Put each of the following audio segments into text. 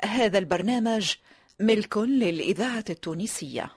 هذا البرنامج ملك للإذاعة التونسية.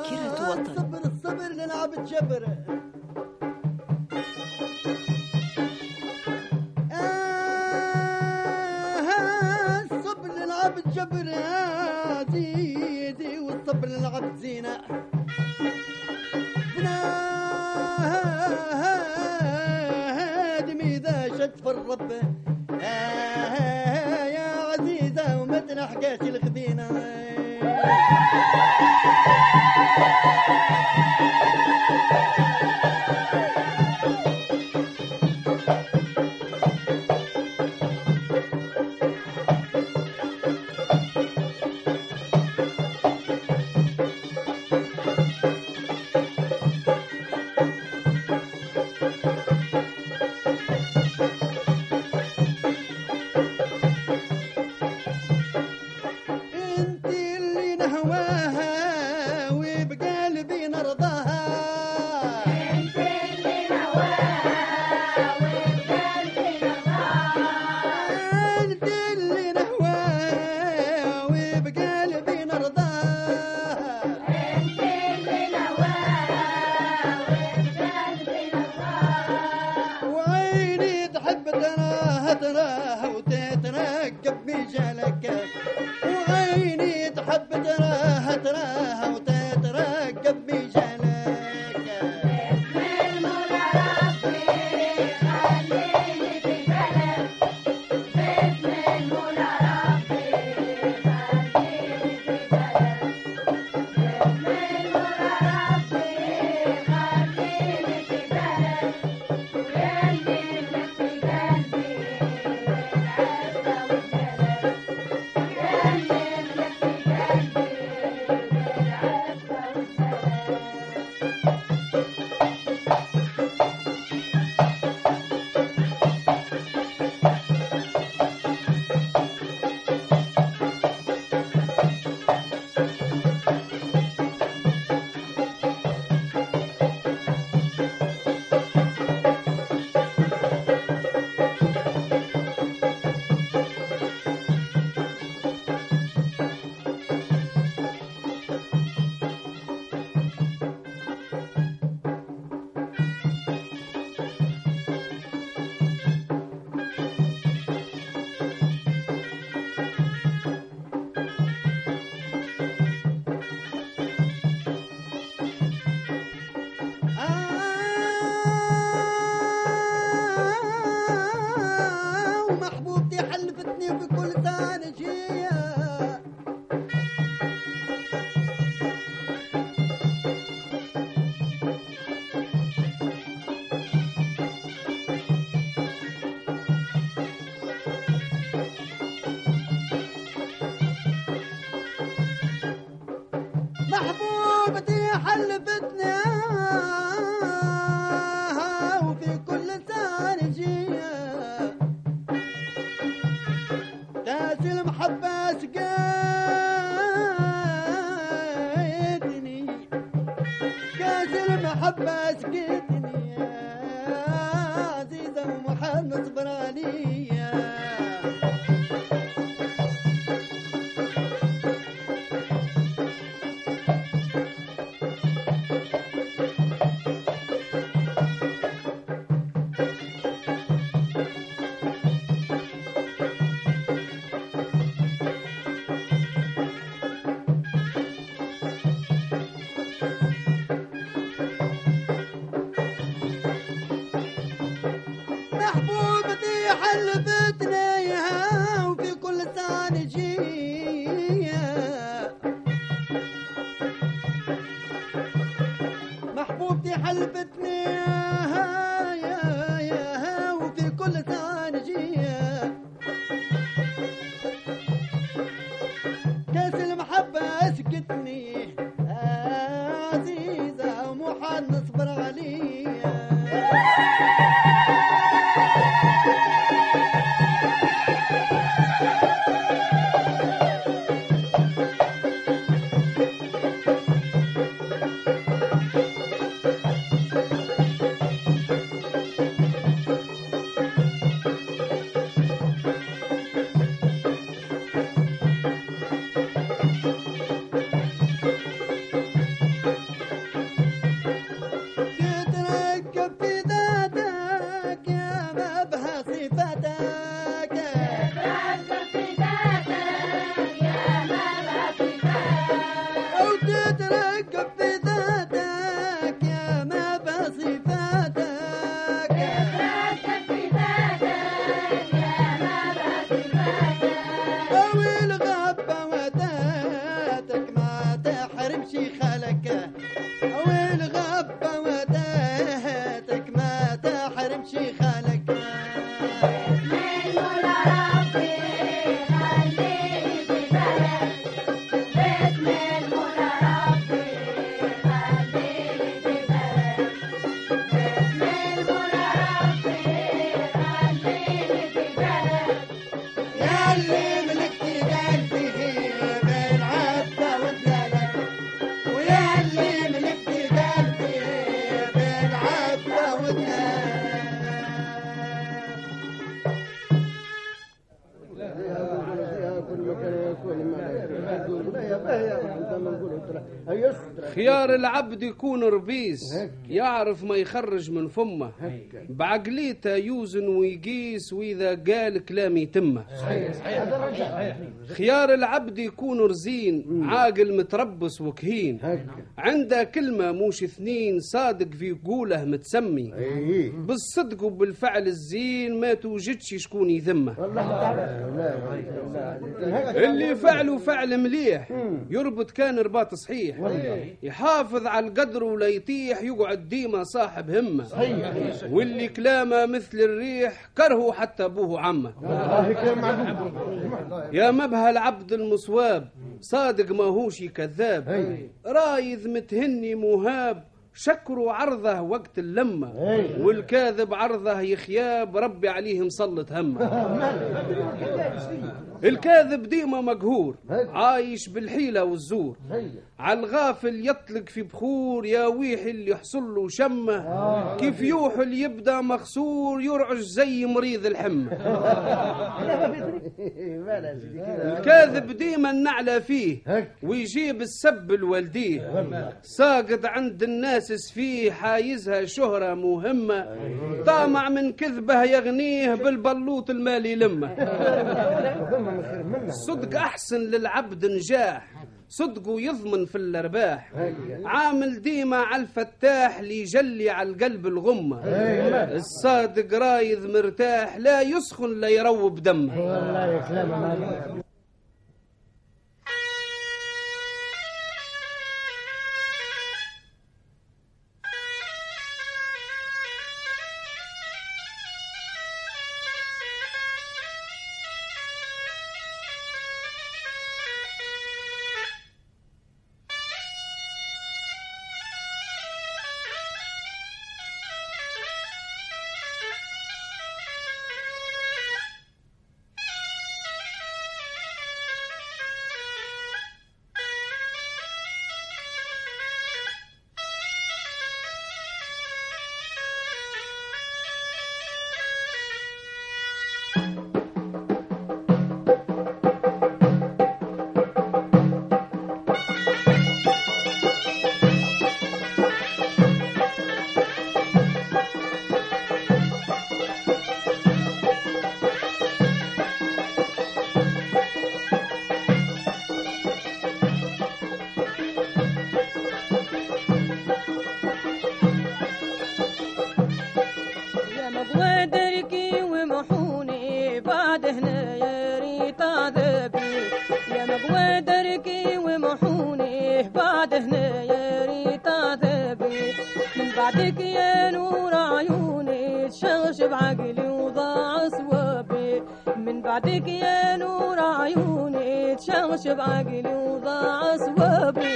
ذاكرة وطن. الصبر الصبر للعبد جبر. الصبر للعبد جبر يا زيدي، والصبر للعبد زينة. دمي ذا شد في الرب يا عزيزة ومدنا حكايتي الخبينة. تراها وتترقب بجالك، وعيني تحب تراها تراها وتترقب بجالك. باسم المولى ربي خليني في بلد، باسم المولى ربي خليني في بلد، باسم المولى ربي خليني في بلد، ويلي لك في قلبي بالعزة والجلال، يلي لك في قلبي بالعزة والجلال. ومحبوبتي حلفتني بكل ثانية، محبوبتي حلفتني وفي كل ثانية كاس المحبة سقيتني، كاس المحبة سقيتني يا عزيزة ومحمد صبرانية. محبوبتي حلفتني خيار العبد يكون ربيس يعرف ما يخرج من فمه، بعقليته يوزن ويقيس وإذا قال كلام يتمه. خيار العبد يكون رزين عاقل متربص وكهين، عنده كلمة موش اثنين صادق في قوله متسمي، بالصدق وبالفعل الزين ما توجدش شكون يذمه. اللي فعله فعل مليح يربط كان رباط صحيح، يحافظ على القدر ولا يطيح يقعد ديما صاحب همه، واللي كلامه مثل الريح كرهه حتى ابوه عمه. يا مبهى العبد المصواب صادق ما هوش كذاب، رايذ متهني مهاب شكروا عرضه وقت اللمة، والكاذب عرضه يخياب ربي عليه مسلط همه. الكاذب ديما مقهور عايش بالحيلة والزور، عالغافل يطلق في بخور يا ويح اللي يحصل له شمه، كيف يوحل يبدأ مخسور يرعش زي مريض الحمة. الكاذب ديما نعلى فيه ويجيب السب الوالديه، ساقط عند الناس فيه حايزها شهرة مهمة، طامع من كذبه يغنيه بالبلوط المالي لمه. صدق أحسن للعبد نجاح صدقه يضمن في الارباح، عامل ديما على الفتاح ليجلي على القلب الغمة، الصادق رايذ مرتاح لا يسخن لا يروب دمه. بعدك يا نور عيوني تشغش بعقلي وضاع صوابي، من بعدك يا نور عيوني تشغش بعقلي وضاع صوابي.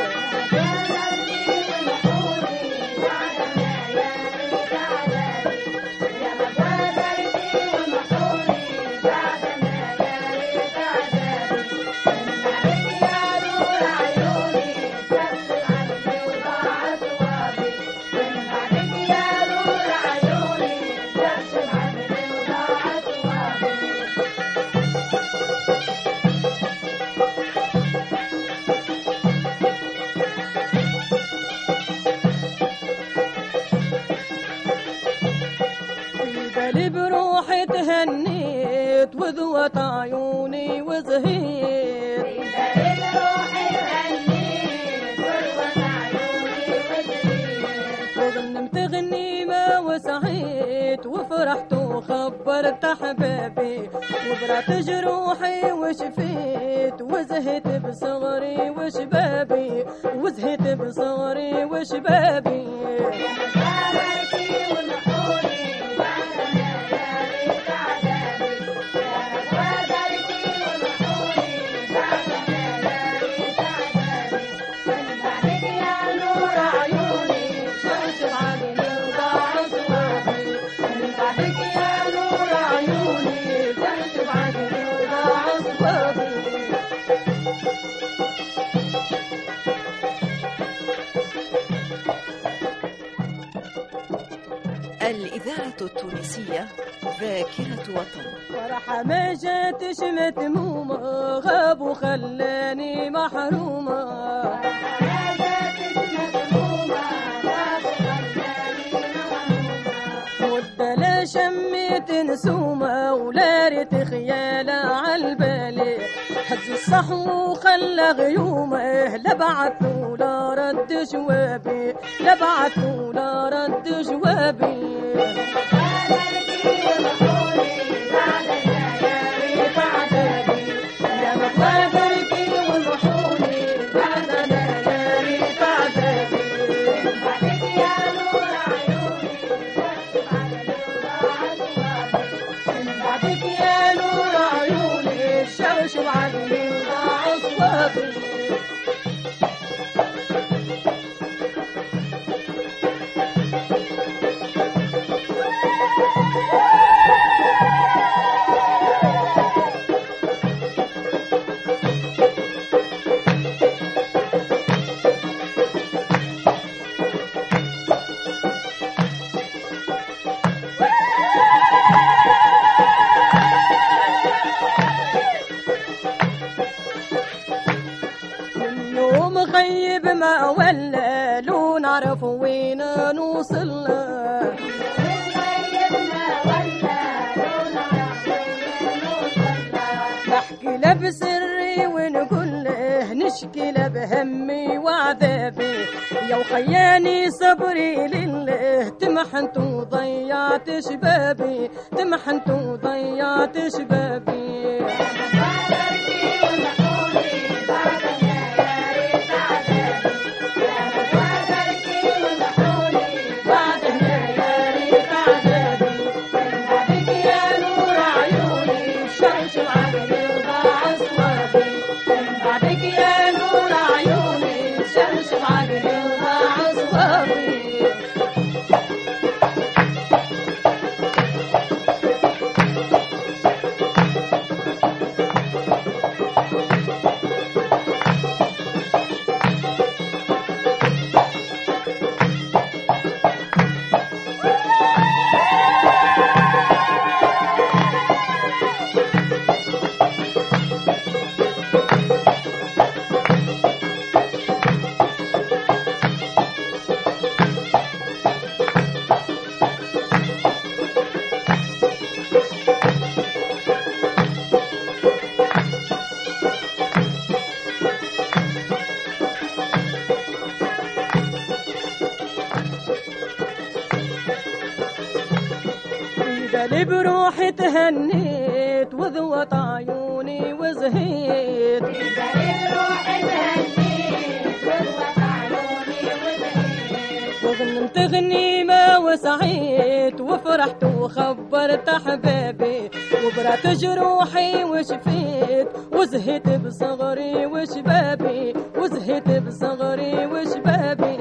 بروحي تهنيت وذوت عيوني وزهيت، بروحي تهنيت وذوت عيوني وزهيت، وظنمت غنيمة وسعيت وفرحت وخبرت حبابي، وبرات جروحي وشفيت وزهيت بصغري وشبابي، وزهيت بصغري وشبابي. التونسية ذاكرة وطن. فرحة ما جاتش متمومة، غاب وخلاني محرومة. مدة لا شميت نسومة ولا ريت خيالة عالبالي، هز الصحو وخلى غيومه، لا بعت ولا رد جوابي، لا بعت ولا رد جوابي. غيب ما ولا لو نعرف وين نوصل له، نحكي له بسري ونقول له، نشكي له بهمي وعذابي، يا وخياني صبري لله، تمحنت وضيعت شبابي، تمحنت وضيعت شبابي. بالي بروحي تهنيت وذوت عيوني وزهيت، بالي بروحي تهنيت وذوت عيوني وزهيت، وغنمت غنيمة وسعيت وفرحت وخبرت أحبابي، وبرات جروحي وشفيت وزهيت بصغري وشبابي، وزهيت بصغري وشبابي.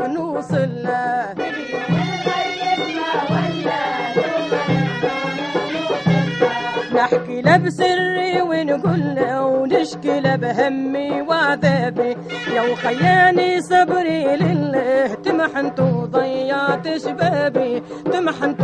نوصل له نحكي له بسري ونقول له ونشكي له بهمي وعذابي يا وخياني صبري لله تمحنت وضيعت شبابي تمحنت